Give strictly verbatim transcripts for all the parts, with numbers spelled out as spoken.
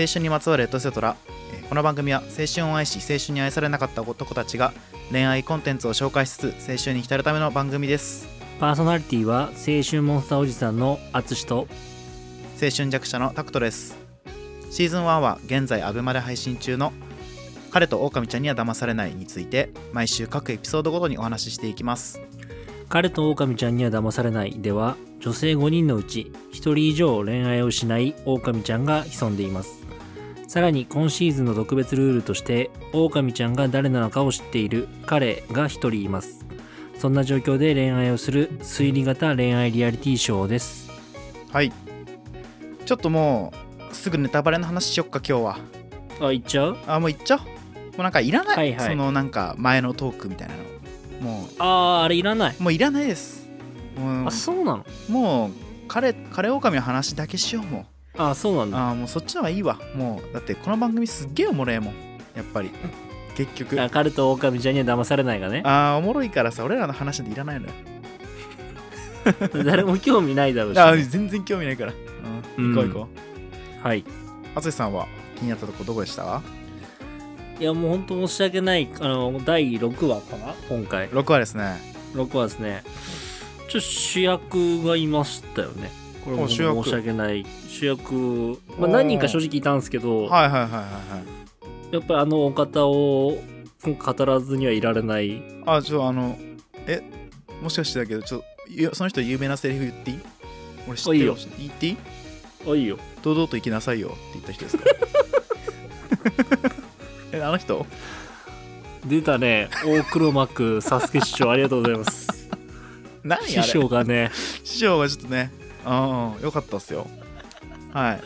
青春にまつわるエトセトラ。この番組は青春を愛し青春に愛されなかった男たちが恋愛コンテンツを紹介しつつ青春に浸るための番組です。 パーソナリティは青春モンスターおじさんのあつしと青春弱者のタクトです。シーズンワンは現在アベマで配信中の彼と狼ちゃんには騙されないについて毎週各エピソードごとにお話ししていきます。 彼と狼ちゃんには騙されないでは、女性ごにんのうちひとり以上恋愛をしない狼ちゃんが潜んでいます。さらに今シーズンの特別ルールとして、狼ちゃんが誰なのかを知っている彼がひとりいます。そんな状況で恋愛をする推理型恋愛リアリティショーです。 はい、ちょっともうすぐネタバレの話しよっか今日は。 あ、いっちゃう？ あ、もういっちゃう。もうなんかいらない、 はいはい、 そのなんか前のトークみたいなのもうあーあれいらない。 もういらないです。もうあ、そうなの？ もう彼彼狼の話だけしよう。もうあ、そうなんだ。 あ、もうそっちの方がいいわ。もうだってこの番組すっげえおもろいもんやっぱり結局。 あ、彼と狼ちゃんには騙されないがね。 あーおもろいからさ、俺らの話でいらないのよ誰も興味ないだろうし、ね、 あ、全然興味ないから、うん、行こう行こう。はい。 あつしさんは気になったとこどこでした？ いやもう本当申し訳ない、あのだいろくわかな今回。 ろくわですね。 ろくわですね。ちょっと主役がいましたよね。これも申し訳ない。主役、まあ、何人か正直いたんですけど、 はいはいはいはいはい。 やっぱりあのお方を語らずにはいられない。 あ、ちょあのえもしかしてだけど、ちょその人有名なセリフ言っていい？俺知ってるよ。言っていい？ あ、いいよ。 堂々と生きなさいよって言った人ですか？え、あの人？ 出たね。大黒幕サスケ師匠、ありがとうございます。 何あれ？ 師匠がね、 師匠がちょっとね、ああよかったっすよ。はい。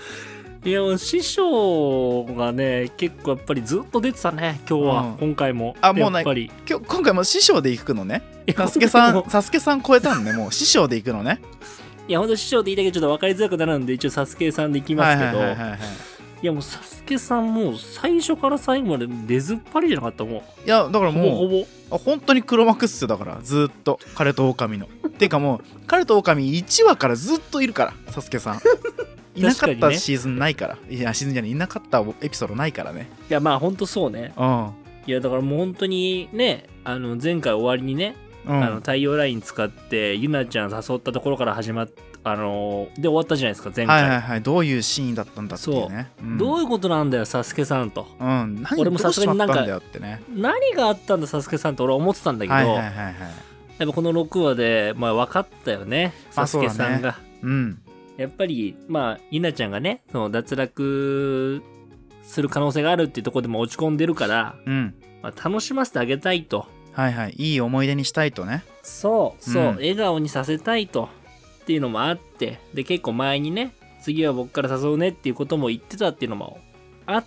いや師匠がね結構やっぱりずっと出てたね今日は、うん、今回も。 あ、もうね、 やっぱり今日今回も師匠で行くのね。サスケさんサスケさん超えたんで、もう師匠で行くのね。 いやほんと師匠で言いたけどちょっと分かりづらくなるんで一応サスケさんで行きますけど、 はいはいはいはい、 いやもうサスケさんもう最初から最後まで出ずっぱりじゃなかったもん。いやだからもうほぼほぼあ本当に黒幕っすよ。だからずっと彼と狼のていうかもう彼と狼いちわからずっといるからサスケさんいなかったシーズンないから、ね、いやシーズンじゃないいなかったエピソードないからね。 いやまあほんとそうね。 うん。 いやだからもう本当にね、あの前回終わりにね、うん、あの太陽ライン使ってゆなちゃん誘ったところから始まっあのー、で終わったじゃないですか前回。 はいはいはい。どういうシーンだったんだっていうね。 そう、うん、どういうことなんだよサスケさんと、 うん、何俺もさすがになんかどうしまったんだよってね、 何があったんだサスケさんって俺は思ってたんだけど、 はいはいはいはい、 やっぱこのろくわで、まあ、分かったよねサスケさんが、 ね、うん、 やっぱりまあゆなちゃんがねその脱落する可能性があるっていうところでも落ち込んでるから、 うんまあ、楽しませてあげたいと。 はいはい、いい思い出にしたいとね。 そうそう、 うん、 笑顔にさせたいとっていうのもあって、で結構前にね次は僕から誘うねっていうことも言ってたっていうのもあって、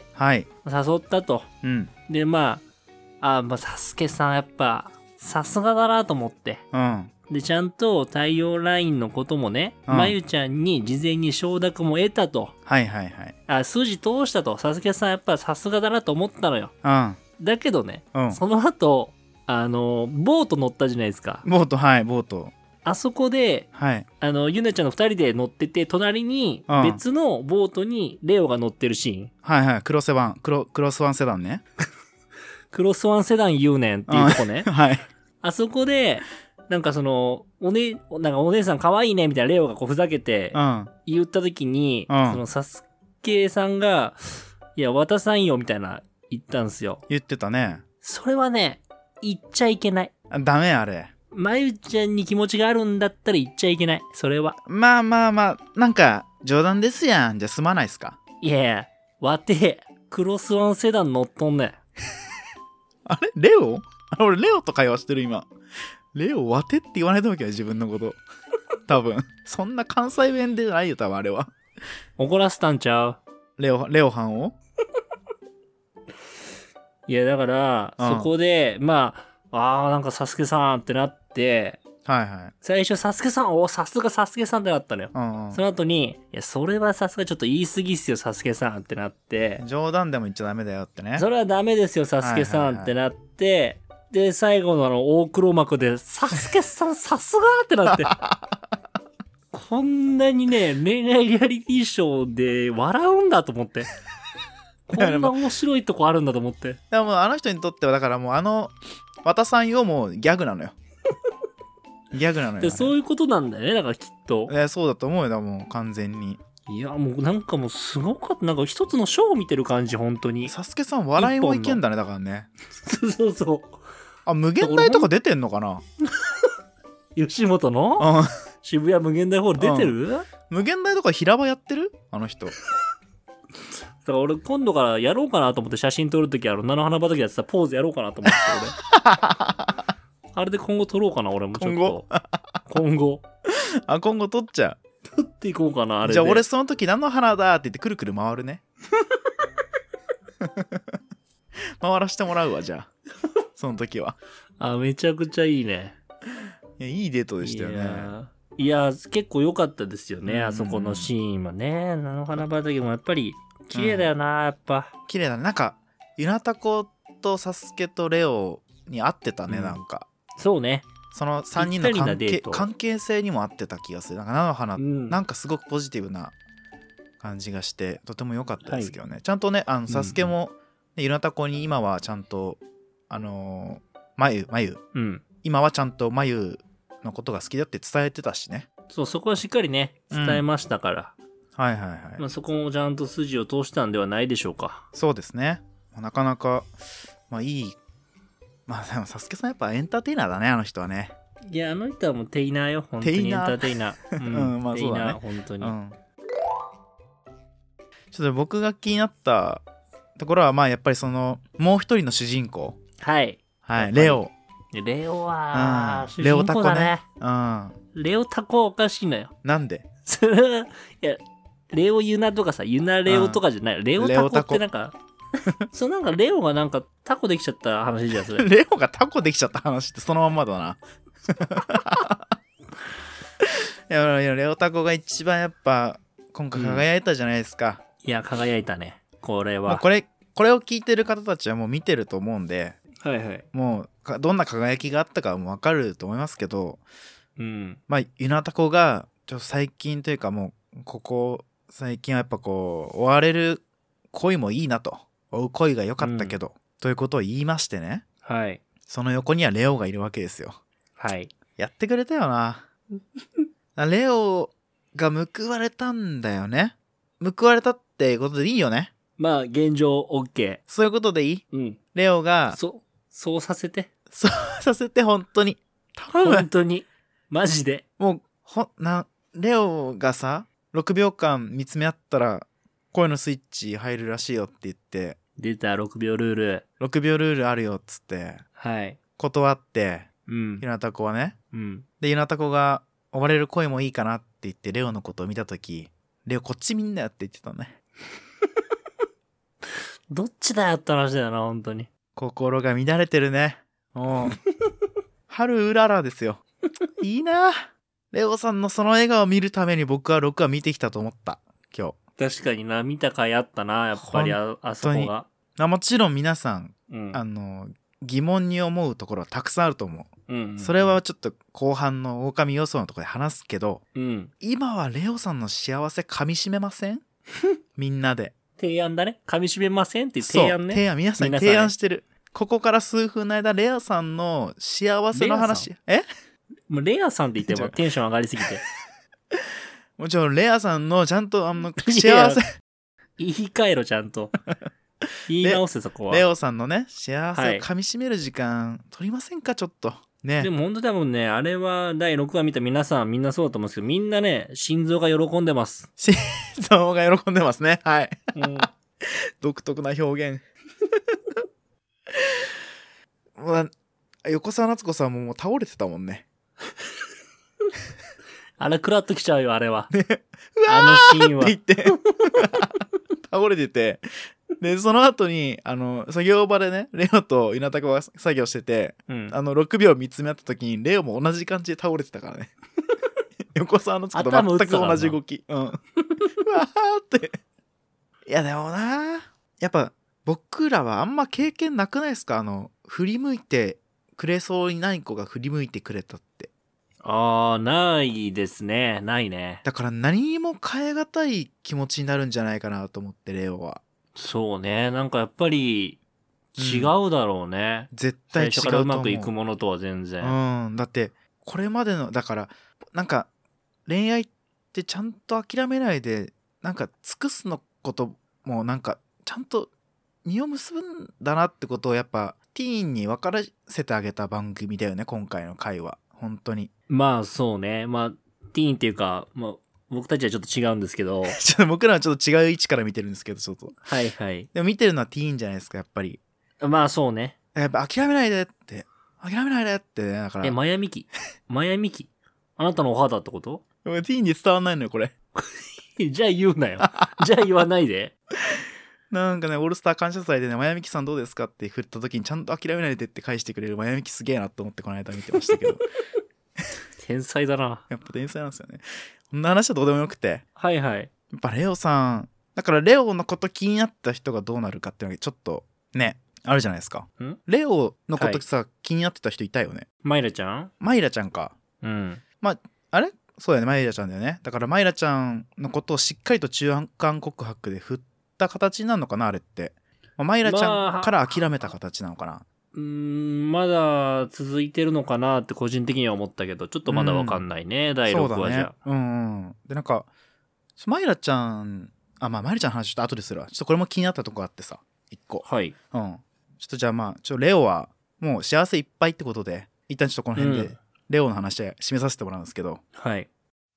はい、 誘ったと、 うん、 でまああまあサスケさんやっぱさすがだなと思って、 うん、 でちゃんと太陽ラインのこともね、うん、まゆちゃんに事前に承諾も得たと、 はいはいはい、 あ筋通したと。サスケさんやっぱさすがだなと思ったのよ、 うん、 だけどね、 うん、 その後あのボート乗ったじゃないですか。 ボート、はい、ボート。 あそこで、 はい、 あのゆなちゃんのふたりで乗ってて、隣に別のボートにレオが乗ってるシーン、うん、 はいはい、クロスワンクロクロスワンセダンねクロスワンセダン言うねんっていうとこね、 うん、はい、 あそこでなんかそのおねなんかお姉さん可愛いねみたいなレオがこうふざけて言った時に、うん、そのサスケさんがいや渡さんよみたいな言ったんすよ。 言ってたね。 それはね言っちゃいけない。 ダメあれ。 まゆちゃんに気持ちがあるんだったら言っちゃいけない。それはまあまあまあなんか冗談ですやんじゃ済まないっすか。 いやいやわてクロスワンセダン乗っとんねんあれレオ俺レオと会話してる今。レオわてって言わないと思うけど自分のこと多分そんな関西弁でないよ多分あれは。 怒らせたんちゃうレオレオはんを。 いやだから、うん、そこでまああーなんかサスケさんってなって、 はいはい、 最初サスケさんおさすがサスケさんってなったのよ、うんうん、その後にいやそれはさすがちょっと言い過ぎっすよサスケさんってなって、 冗談でも言っちゃダメだよってね。 それはダメですよサスケさんってなって、はいはいはい、で最後のあの大黒幕でサスケさんさすがってなってこんなにね、恋愛リアリティショーで笑うんだと思って。こんな面白いとこあるんだと思って。 でもあの人にとってはだからもうあの渡さんよもうギャグなのよ。ギャグなのよ、ね。 でそういうことなんだよね、だからきっと。 えそうだと思うよ、だもう完全に。 いやもうなんかもうすごかった。なんか一つのショーを見てる感じ、本当に。 サスケさん笑いもいけんだね、だからね。 そうそうそう。 あ、無限大とか出てんのかな。 吉本の、うん、渋谷無限大ホール出てる、うん、 無限大とか平場やってるあの人。だから俺今度からやろうかなと思って、写真撮るときあの菜の花畑やってたポーズやろうかなと思って俺あれで今後撮ろうかな、俺もちょっと今後今後あ今後撮っちゃう、 撮っていこうかな。あれでじゃあ俺その時菜の花だって言ってくるくる回るね回らしてもらうわ、じゃあその時は。 あ、めちゃくちゃいいね。 いや、いいデートでしたよね。 いや、いや結構良かったですよね、うんうんうん、あそこのシーンもね。菜の花畑もやっぱり綺麗だよな、うん、やっぱ綺麗だね。なんかゆなたことサスケとレオに合ってたね、うん、なんかそうね、 そのさんにんの関係、関係性にも合ってた気がする。なんか菜の花、うん、なんかすごくポジティブな感じがしてとても良かったですけどね、はい、ちゃんとね、あのサスケも、ね、ゆなたこに今はちゃんとあのー、まゆまゆ、うん、今はちゃんとまゆのことが好きだって伝えてたしね。 そう、そこはしっかりね伝えましたから、 うん、はいはいはい、 まあ、そこもちゃんと筋を通したんではないでしょうか。 そうですね、なかなかまあいい。まあでもサスケさんやっぱエンターテイナーだね、あの人はね。 いや、あの人はもうテイナーよ、本当にエンターテイナー、うん、うん、まあそうだね、本当に、うん、 ちょっと僕が気になったところはまあやっぱりそのもう一人の主人公、はいはい、レオ。 レオは、うん、主人公だね。レオタコね。うん。レオタコおかしいのよ。 なんで？ いや、レオユナとかさ、ユナレオとかじゃない。うん、レオタコってなんか、そうなんかレオがなんかタコできちゃった話じゃん、それ。 レオがタコできちゃった話ってそのまんまだな。いや、いやレオタコが一番やっぱ今回輝いたじゃないですか。 うん、いや、輝いたね。これは。 これ、これを聞いてる方たちはもう見てると思うんで、 はいはい、 もうどんな輝きがあったかも分かると思いますけど、 うん、 まあゆなたこがちょっと最近というかもうここ最近はやっぱこう追われる恋もいいなと、追う恋が良かったけど、うん、ということを言いましてね、 はい、 その横にはレオがいるわけですよ。 はい、 やってくれたよな。レオが報われたんだよね。報われたってことでいいよね。 まあ現状 OK。 そういうことでいい、うん、レオがそそうさせて。 そうさせて、本当に。 頼む。本当に。マジで。 もう、ほ、な、レオがさ、ろくびょうかん見つめ合ったら、声のスイッチ入るらしいよって言って。 出た、ろくびょうルール。 ろくびょうルールあるよっつって。 はい。 断って、うん。ゆなたこはね。うん。で、ゆなたこが、追われる恋もいいかなって言って、レオのことを見たとき、レオこっち見んなよって言ってたね。 どっちだよって話だよな、本当に。 心が乱れてるね。もう春うららですよ。いいな。レオさんのその笑顔を見るために僕はろくわ見てきたと思った今日。確かにな、見た回あったな、やっぱり あ, あそこが。 もちろん皆さん、うん、あの疑問に思うところはたくさんあると思う、うんうん、それはちょっと後半の狼予想のところで話すけど、うん、今はレオさんの幸せ噛み締めません？みんなで提案だね。噛み締めませんっていう提案ね。 提案、皆さんに提案してる。ここから数分の間、レアさんの幸せの話。え？ もうレアさんって言ってもテンション上がりすぎて。 もちろんレアさんのちゃんとあの幸せ。 言い換えろ、ちゃんと。言い直せ、そこは。 レオさんのね、幸せを噛み締める時間、取りませんか、ちょっと。ね。 でも本当多分ね、あれはだいろくわ見た皆さんみんなそうだと思うんですけど、みんなね、心臓が喜んでます。 心臓が喜んでますね。はい。うん、独特な表現。まあ、横澤夏子さんももう倒れてたもんね。 あれクラッときちゃうよ、あれは。 ね、 あのシーンは。 って言って倒れてて。で、その後に、あの、作業場でね、レオと稲田子が作業してて、うん、あの、ろくびょう見つめ合った時に、レオも同じ感じで倒れてたからね。横澤のつこと全く同じ動き。うん。うわーって。いや、でもな、やっぱ、僕らはあんま経験なくないですか？あの、振り向いてくれそうにない子が振り向いてくれたって。 あーないですね。ないね。 だから何にも変え難い気持ちになるんじゃないかなと思って、レオは。 そうね。なんかやっぱり違うだろうね。 うん、絶対違うと思う。 最初からうまくいくものとは全然。 うん。だってこれまでのだからなんか恋愛ってちゃんと諦めないでなんか尽くすのこともなんかちゃんと実を結ぶんだなってことをやっぱティーンに分からせてあげた番組だよね、今回の回は。本当に。 まあそうね。まあティーンっていうか、まあ、僕たちはちょっと違うんですけどちょっと僕らはちょっと違う位置から見てるんですけど、ちょっとはいはい。 でも見てるのはティーンじゃないですか、やっぱり。 まあそうね。 やっぱ諦めないでって諦めないでってね。だからえ、マヤミキマヤミキあなたのお肌ってこと？ ティーンに伝わんないのよこれじゃあ言うなよ。じゃあ言わないで。 なんかね、オールスター感謝祭でね、マヤミキさんどうですかって振った時にちゃんと諦めないでって返してくれるマヤミキすげえなと思ってこの間見てましたけど天才だな。 やっぱ天才なんですよね。こんな話はどうでもよくて、 はいはい。 やっぱレオさんだからレオのこと気になった人がどうなるかっていうのがちょっとねあるじゃないですか。 んレオのことさ、はい、気になってた人いたよね。 マイラちゃんマイラちゃんか。 うんまああれそうだよね、マイラちゃんだよね。だからマイラちゃんのことをしっかりと中間告白で振った形になるのかなあれって、まあ、マイラちゃんから諦めた形なのかな、まあ、 うーんまだ続いてるのかなって個人的には思ったけど、ちょっとまだわかんないね、うん、だいろくわじゃ。 そうだね。うんうん。でなんかマイラちゃんあまあマイラちゃんの話ちょっと後でするわ。ちょっとこれも気になったとこあってさ一個。 はい。 うん。ちょっとじゃあまあちょレオはもう幸せいっぱいってことで一旦ちょっとこの辺で、うんレオの話で締めさせてもらうんですけど、 はい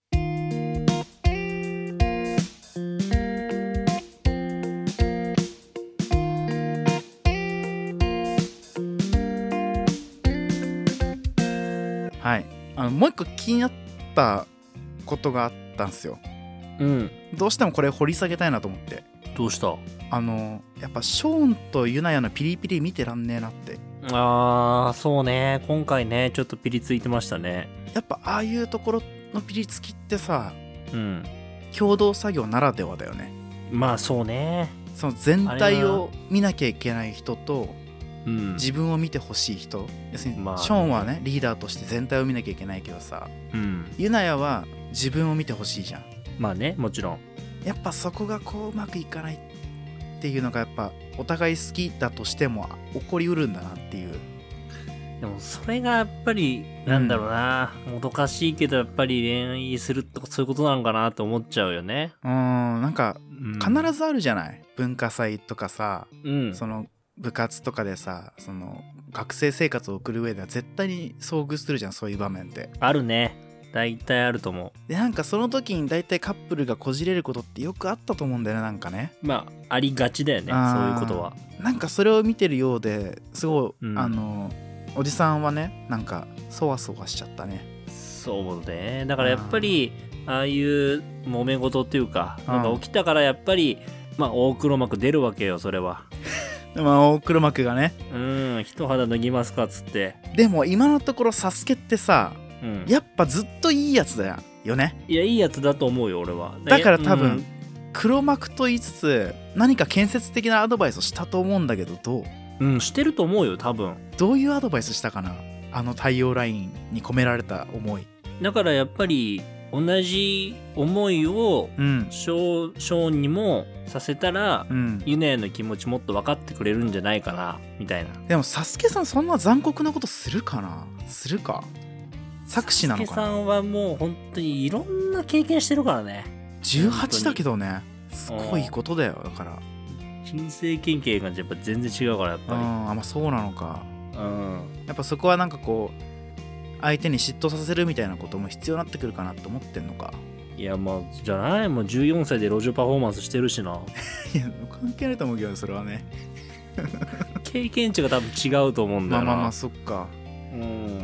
はいあのもう一個気になったことがあったんですよ。 うんどうしてもこれ掘り下げたいなと思って。 どうした？ あのやっぱショーンとユナヤのピリピリ見てらんねえなって。 あーそうね、今回ねちょっとピリついてましたね。 やっぱああいうところのピリつきってさ、 うん共同作業ならではだよね。 まあそうね、 その全体を見なきゃいけない人と、 うん、 自分を見てほしい人、要するに、 まあね、 ショーンはねリーダーとして全体を見なきゃいけないけどさ、 うん、 ユナヤは自分を見てほしいじゃん。 まあね、もちろんやっぱそこがこううまくいかないっていうのがやっぱお互い好きだとしても起こりうるんだなっていう。 でもそれがやっぱりなんだろうな、うん、もどかしいけどやっぱり恋愛するとかそういうことなのかなと思っちゃうよね。 うーんなんか必ずあるじゃない、うん、文化祭とかさ、うん、その部活とかでさ、その学生生活を送る上では絶対に遭遇するじゃん、そういう場面って。 あるね、大体あると思う。 でなんかその時に大体カップルがこじれることってよくあったと思うんだよね、なんかね。 まあありがちだよね、そういうことは。なんかそれを見てるようですごい、うん、あのおじさんはねなんかそわそわしちゃったね。 そうね、だからやっぱりああいう揉め事っていうかなんか起きたからやっぱりまあ大黒幕出るわけよ、それは。 まあ大黒幕がね、 うん一肌脱ぎますかっつって。 でも今のところサスケってさ、うん、やっぱずっといいやつだよね。 いやいいやつだと思うよ俺は。 だから多分、うん、黒幕と言いつつ何か建設的なアドバイスをしたと思うんだけど、どう？ うんしてると思うよ多分。 どういうアドバイスしたかな、あの太陽ラインに込められた思い。 だからやっぱり同じ思いをショーンにもさせたら、うん、ユナヤの気持ちもっと分かってくれるんじゃないかなみたいな。 でもサスケさんそんな残酷なことするかな？するか？作詞なのかな？ サスケさんはもう本当にいろんな経験してるからね。 じゅうはちだけどね、すごいことだよ。だから人生経験がやっぱ全然違うからやっぱり。 あ、まあそうなのか。 うん。 やっぱそこはなんかこう相手に嫉妬させるみたいなことも必要になってくるかなと思ってんのか。 いやまあじゃない、もうじゅうよんさいで路上パフォーマンスしてるしな。 いや関係ないと思うけどそれはね。 経験値が多分違うと思うんだよな。 まあまあまあそっか。 うん。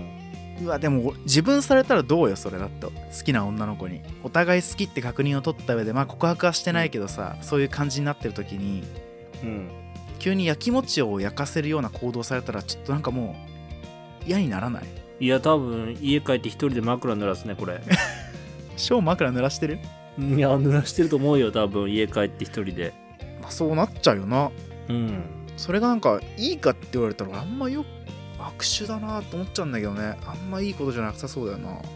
うわでも自分されたらどうよそれ。だと好きな女の子にお互い好きって確認を取った上で、まあ告白はしてないけどさ、うん、そういう感じになってる時に、うん、急に焼きもちを焼かせるような行動されたらちょっとなんかもう嫌にならない？ いや多分家帰って一人で枕濡らすねこれ。 ショー枕濡らしてる？ いや濡らしてると思うよ多分家帰って一人で。 まあそうなっちゃうよな。 うん。 それがなんかいいかって言われたらあんまよ悪手だなと思っちゃうんだけどね。あんまいいことじゃなさそうだよな。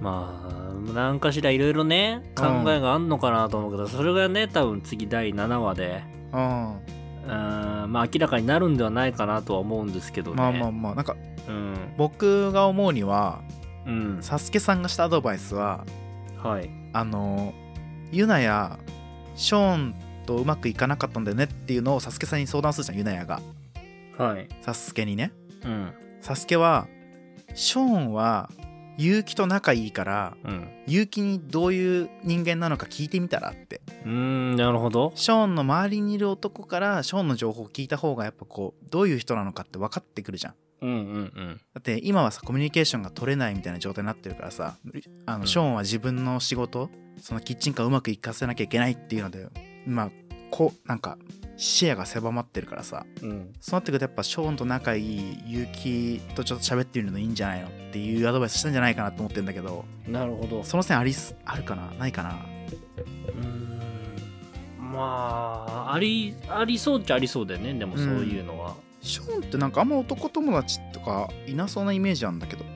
まあ何かしらいろいろね考えがあんのかなと思うけど、うん、それがね多分次だいななわでうんまあ明らかになるんではないかなとは思うんですけどね。 まあまあまあなんか、 うん、 僕が思うには、 うん、 サスケさんがしたアドバイスは、 はい、 あのユナやショーンとうまくいかなかったんだよねっていうのをサスケさんに相談するじゃん、ユナヤが。 はい。 サスケにね。 うん。 サスケはショーンは結城と仲いいから、うん、結城にどういう人間なのか聞いてみたらって。 うーん、なるほど。 ショーンの周りにいる男からショーンの情報を聞いた方がやっぱこうどういう人なのかって分かってくるじゃん。 うんうんうん、 だって今はさコミュニケーションが取れないみたいな状態になってるからさ、あのショーンは自分の仕事、そのキッチンカーをうまくいかせなきゃいけないっていうので、まあこうなんか視野が狭まってるからさ、うん、そうなってくるとやっぱショーンと仲いい結城とちょっと喋ってみるのいいんじゃないのっていうアドバイスしたんじゃないかなと思ってるんだけど。 なるほど。 その線ありあるかな、ないかな。 うーん、まあありありそうっちゃありそうだよね。でもそういうのは、 うん、ショーンってなんかあんま男友達とかいなそうなイメージあるんだけど。う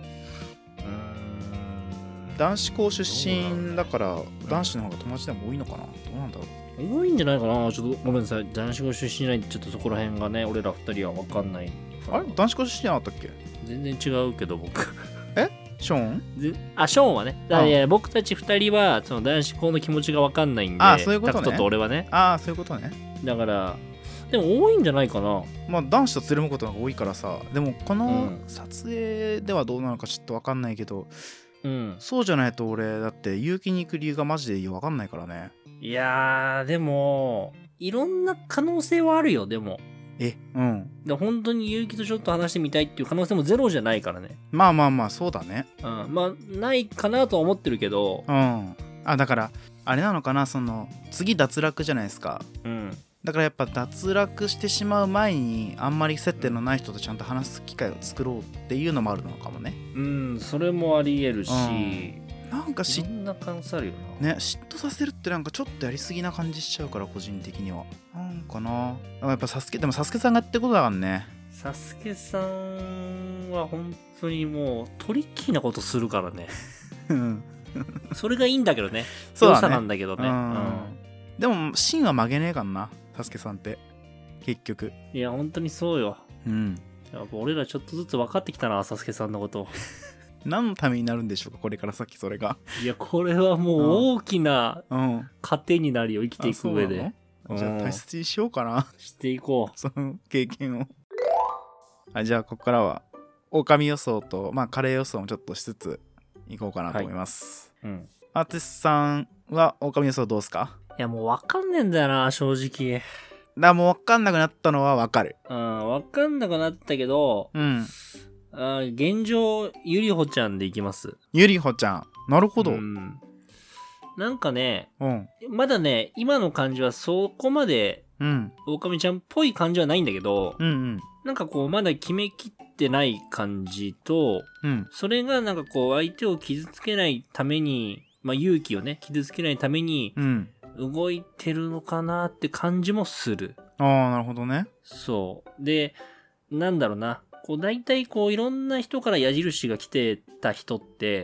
ーん、男子校出身だから男子の方が友達でも多いのかな。どうなんだろう。 多いんじゃないかな。ちょっとごめんなさい、男子校出身ないんでちょっとそこら辺がね俺ら二人は分かんない。 あれ男子校出身じゃなかったっけ。 全然違うけど僕えショーンあショーンはね、だいや僕たち二人はその男子校の気持ちが分かんないんで。 あそういうことね。 タクトと俺はね。 あそういうことね。 だからでも多いんじゃないかな。 まあ男子とつるむことが多いからさ。でもこの撮影ではどうなのかちょっと分かんないけど、うん、そうじゃないと俺だって結城に行く理由がマジで分かんないからね。 いやーでもいろんな可能性はあるよ。でもえうんで本当に結城とちょっと話してみたいっていう可能性もゼロじゃないからね。 まあまあまあそうだね。 うん、まあないかなとは思ってるけど、 うんあだからあれなのかな、その次脱落じゃないですか。うんだからやっぱ脱落してしまう前にあんまり接点のない人とちゃんと話す機会を作ろうっていうのもあるのかもね。 うんそれもありえるし、うんなんかしいろんな感想あるよな。 ね、嫉妬させるってなんかちょっとやりすぎな感じしちゃうから個人的にはなんかな。やっぱサスケでもサスケさんがやってることだからね。 サスケさんは本当にもうトリッキーなことするからねそれがいいんだけどね。そうだね、良さなんだけどね、うんうん、 でも芯は曲げねえかんなサスケさんって結局。 いや本当にそうよ。 うんやっぱ俺らちょっとずつ分かってきたなサスケさんのこと何のためになるんでしょうかこれから先それが。 いやこれはもう大きな糧になるよ生きていく上で。 じゃあ大切にしようかなしていこうその経験をあじゃあここからは狼予想とまあカレー予想もちょっとしつついこうかなと思います、はいうん、アーティスさんは狼予想どうすか。 いやもう分かんねえんだよな正直。 だもう分かんなくなったのは分かる。 うん分かんなくなったけどうんあ現状ゆりほちゃんでいきます。 ゆりほちゃんなるほど、うん、 なんかね、うん、まだね今の感じはそこまで狼ちゃんっぽい感じはないんだけど、うんうん、なんかこうまだ決めきってない感じと、うん、それがなんかこう相手を傷つけないためにまあ勇気をね傷つけないために動いてるのかなって感じもする。 ああなるほどね。 そうでなんだろうなこう大体こういろんな人から矢印が来てた人って、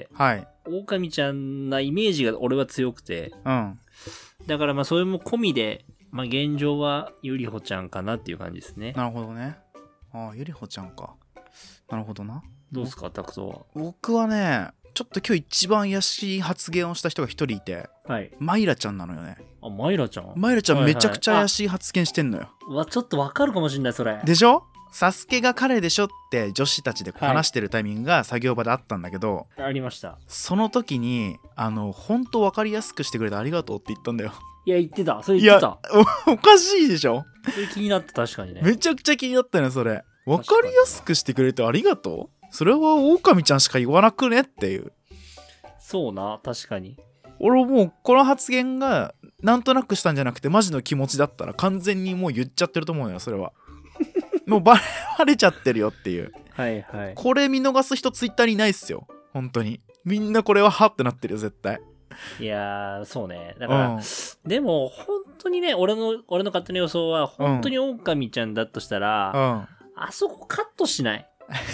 はい、狼ちゃんなイメージが俺は強くて、うん、だからまあそれも込みで、まあ、現状はゆりほちゃんかなっていう感じですね。 なるほどね。ああゆりほちゃんか。なるほどな。 どうですかタクトは。 僕はねちょっと今日一番怪しい発言をした人が一人いて、はい、マイラちゃんなのよね。 あマイラちゃんマイラちゃんめちゃくちゃ怪しい発言してんのよ。 うわちょっとわかるかもしんないそれ。 でしょ。サスケが彼でしょって女子たちで話してるタイミングが作業場であったんだけど、 はい、ありました。 その時にあの本当分かりやすくしてくれてありがとうって言ったんだよ。 いや言ってたそれ言ってた。 お, おかしいでしょ。 それ気になった確かにね。 めちゃくちゃ気になったねそれ。分かりやすくしてくれてありがとう。それは狼ちゃんしか言わなくねっていう。 そうな確かに。 俺もうこの発言がなんとなくしたんじゃなくてマジの気持ちだったら完全にもう言っちゃってると思うよそれは。もうバレバレちゃってるよっていう。はいはい。これ見逃す人ツイッターにいないっすよ本当に。みんなこれははってなってるよ絶対。 いやーそうねだから、うん、でも本当にね俺の俺の勝手な予想は本当に狼ちゃんだとしたら、うん、あそこカットしない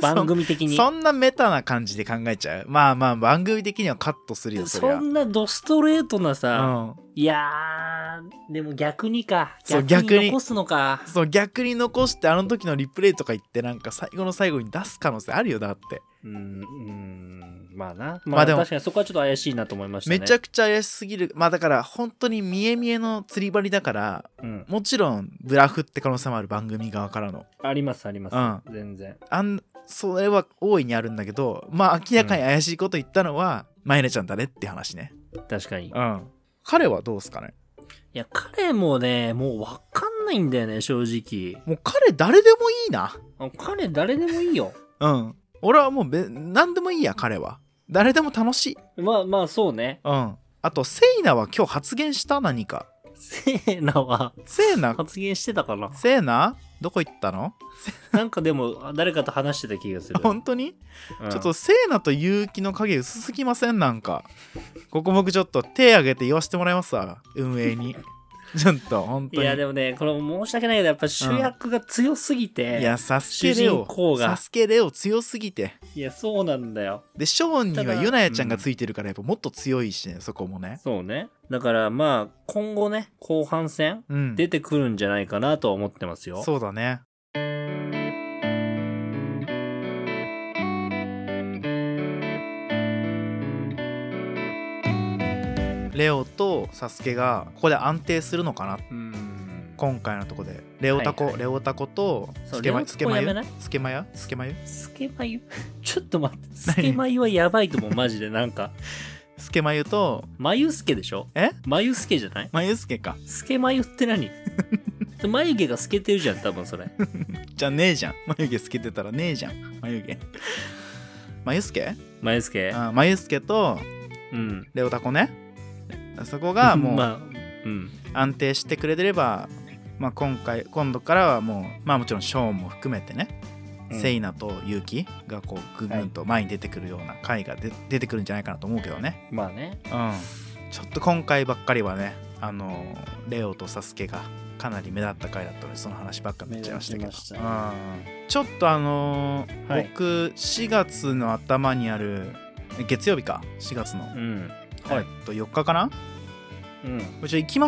番組的に。 そんなメタな感じで考えちゃう。まあまあ番組的にはカットするよそりゃ。 そんなドストレートなさ、 うん、 いやーでも逆にかそう逆に残すのか。 そう逆に残してあの時のリプレイとか言ってなんか最後の最後に出す可能性あるよだって。 うーんうんまあなまあ、 まあでも確かにそこはちょっと怪しいなと思いましたね。 めちゃくちゃ怪しすぎる。まあだから本当に見え見えの釣り針だから、うん、もちろんブラフって可能性もある番組側からの。 ありますあります、うん、全然あんそれは大いにあるんだけど、まあ明らかに怪しいこと言ったのは、うん、マイネちゃんだねって話ね。 確かに。 うん。彼はどうすかね。 いや彼もねもう分かんないんだよね正直。 もう彼誰でもいいな。 彼誰でもいいよ。 うん。俺はもうべ何でもいいや彼は。誰でも楽しい。 まあまあそうね。 うん。あとセイナは今日発言した何か。 セイナはセイナ発言してたかな。 セイナどこ行ったの？ なんかでも誰かと話してた気がする。 本当に、うん、ちょっとセイナと結城の影薄すぎません？なんかここ僕ちょっと手挙げて言わせてもらいますわ運営に。ちょっと本当に。 いやでもねこれ申し訳ないけどやっぱ主役が強すぎて、うん、 いやサスケレオサスケレオ強すぎて。 いやそうなんだよ。 でショーンにはユナヤちゃんがついてるからやっぱもっと強いしね、うん、そこもね。 そうね。だからまあ今後ね後半戦、うん、出てくるんじゃないかなとは思ってますよ。 そうだね。レオとサスケがここで安定するのかな。うん今回のとこでレオタコ、はいはい、レオタコとスケマユスケマユスケマヤスケマユスケマユちょっと待ってスケマユはやばいと思うマジで。なんかスケマユとマユスケでしょ。 えマユスケじゃない？ マユスケか。 スケマユって何？眉毛が透けてるじゃん多分それ。 じゃあねえじゃん。眉毛透けてたらねえじゃん眉毛。マユスケ？ マユスケ？ あマユスケと、うん、レオタコね。そこがもう、まあうん、安定してくれてれば、まあ、今回今度からはもう、まあ、もちろんショーンも含めてね、うん、セイナとユキがこうぐぐんと前に出てくるような回がで出てくるんじゃないかなと思うけどね。 まあね、 うん、ちょっと今回ばっかりはねあのレオとサスケがかなり目立った回だったのでその話ばっかりになっちゃいましたけど、ねうん、ちょっとあのーはい、僕しがつの頭にある月曜日かしがつの、うんはい、えっとよっかかな。うん、これ行きます。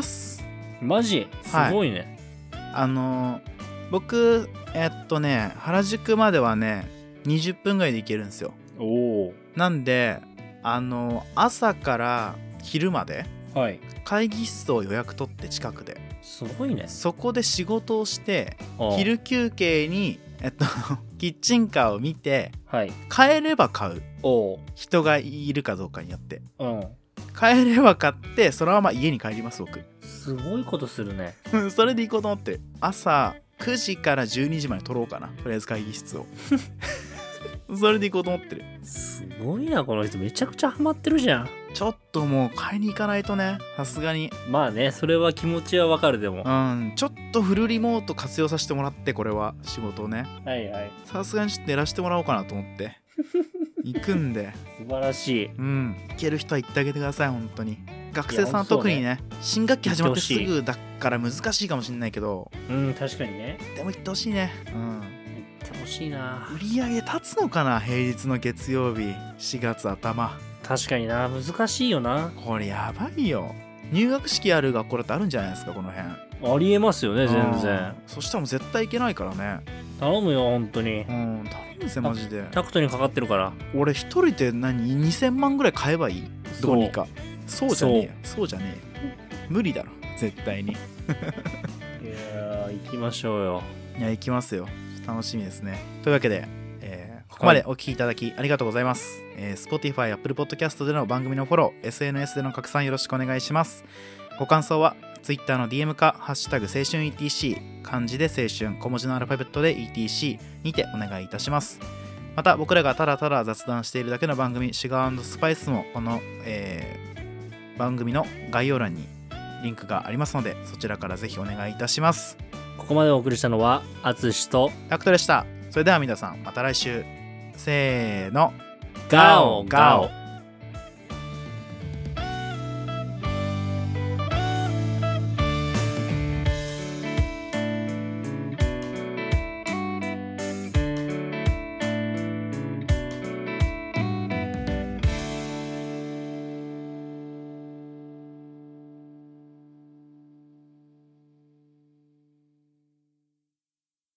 マジすごいね、 はい、あのー、僕えっとね原宿まではねにじゅっぷんぐらいで行けるんですよ。おーなんであのー、朝から昼まで会議室を予約取って近くで、 すごいね。 そこで仕事をして昼休憩にえっとキッチンカーを見て、はい、買えれば買う。お人がいるかどうかによって、うん帰れば買ってそのまま家に帰ります僕。 すごいことするね。 それで行こうと思って朝くじからじゅうにじまで取ろうかなとりあえず会議室をそれで行こうと思ってる。 すごいなこの人めちゃくちゃハマってるじゃん。 ちょっともう買いに行かないとねさすがに。 まあねそれは気持ちはわかる。でもうんちょっとフルリモート活用させてもらってこれは仕事をねはいはいさすがにちょっとやらせてもらおうかなと思って行くんで素晴らしい。 うん行ける人は行ってあげてください本当に。学生さんは特に ね, ね新学期始まってすぐだから難しいかもしれないけどうん確かにねでも行ってほしいね。うん行ってほしいな。 売り上げ立つのかな平日の月曜日しがつ頭。 確かにな難しいよなこれやばいよ。入学式ある学校だってあるんじゃないですかこの辺。 ありえますよね全然。 そしたらもう絶対行けないからね。 頼むよ本当に。 うん頼むぜマジで。 タクトにかかってるから。 俺一人で何にせんまんぐらい買えばいいどうにか。そうじゃねえよそうじゃねえよ無理だろ絶対にいや行きましょうよ。 いや行きますよ楽しみですね。というわけで、えー、ここまでお聞きいただきありがとうございます、はいえー、Spotify、Apple Podcast での番組のフォロー エスエヌエス での拡散よろしくお願いします。ご感想は Twitter の ディーエム かハッシュタグ青春 イーティーシー 漢字で青春小文字のアルファベットで イーティーシー にてお願いいたします。また僕らがただただ雑談しているだけの番組シュガー&スパイスもこの、えー、番組の概要欄にリンクがありますのでそちらからぜひお願いいたします。 ここまでお送りしたのはあつしとタクトでした。それでは皆さんまた来週せーのガオガオ。